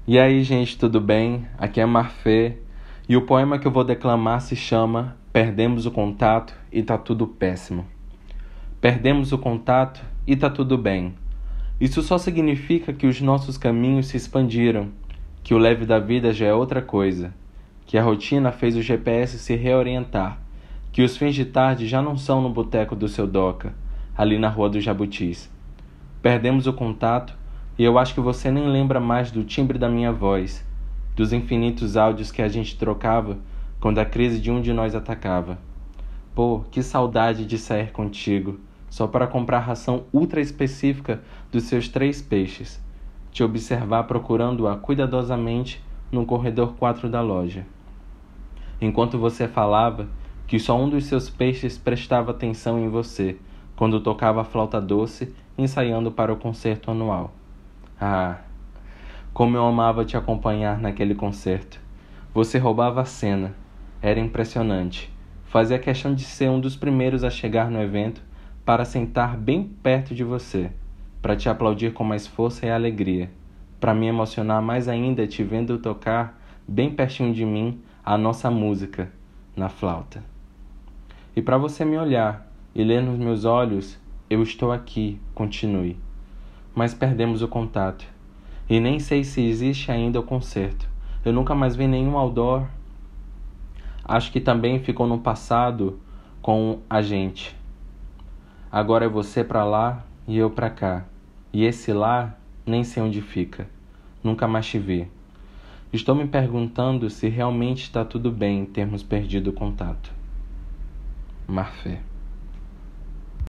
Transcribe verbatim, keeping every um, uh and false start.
E aí, gente, tudo bem? Aqui é Marfê e o poema que eu vou declamar se chama Perdemos o Contato e Tá Tudo Péssimo. Perdemos o contato e tá tudo bem. Isso só significa que os nossos caminhos se expandiram, que o leve da vida já é outra coisa, que a rotina fez o G P S se reorientar, que os fins de tarde já não são no boteco do seu Doca, ali na Rua dos Jabutis. Perdemos o contato e eu acho que você nem lembra mais do timbre da minha voz, dos infinitos áudios que a gente trocava quando a crise de um de nós atacava. Pô, que saudade de sair contigo, só para comprar ração ultra específica dos seus três peixes, te observar procurando-a cuidadosamente no corredor quatro da loja. Enquanto você falava que só um dos seus peixes prestava atenção em você, quando tocava a flauta doce, ensaiando para o concerto anual. Ah, como eu amava te acompanhar naquele concerto. Você roubava a cena. Era impressionante. Fazia questão de ser um dos primeiros a chegar no evento para sentar bem perto de você, para te aplaudir com mais força e alegria, para me emocionar mais ainda te vendo tocar bem pertinho de mim a nossa música na flauta. E para você me olhar e ler nos meus olhos, eu estou aqui, continue. Mas perdemos o contato. E nem sei se existe ainda o concerto. Eu nunca mais vi nenhum outdoor. Acho que também ficou no passado com a gente. Agora é você pra lá e eu pra cá. E esse lá nem sei onde fica. Nunca mais te vi. Estou me perguntando se realmente está tudo bem termos perdido o contato. Marfé.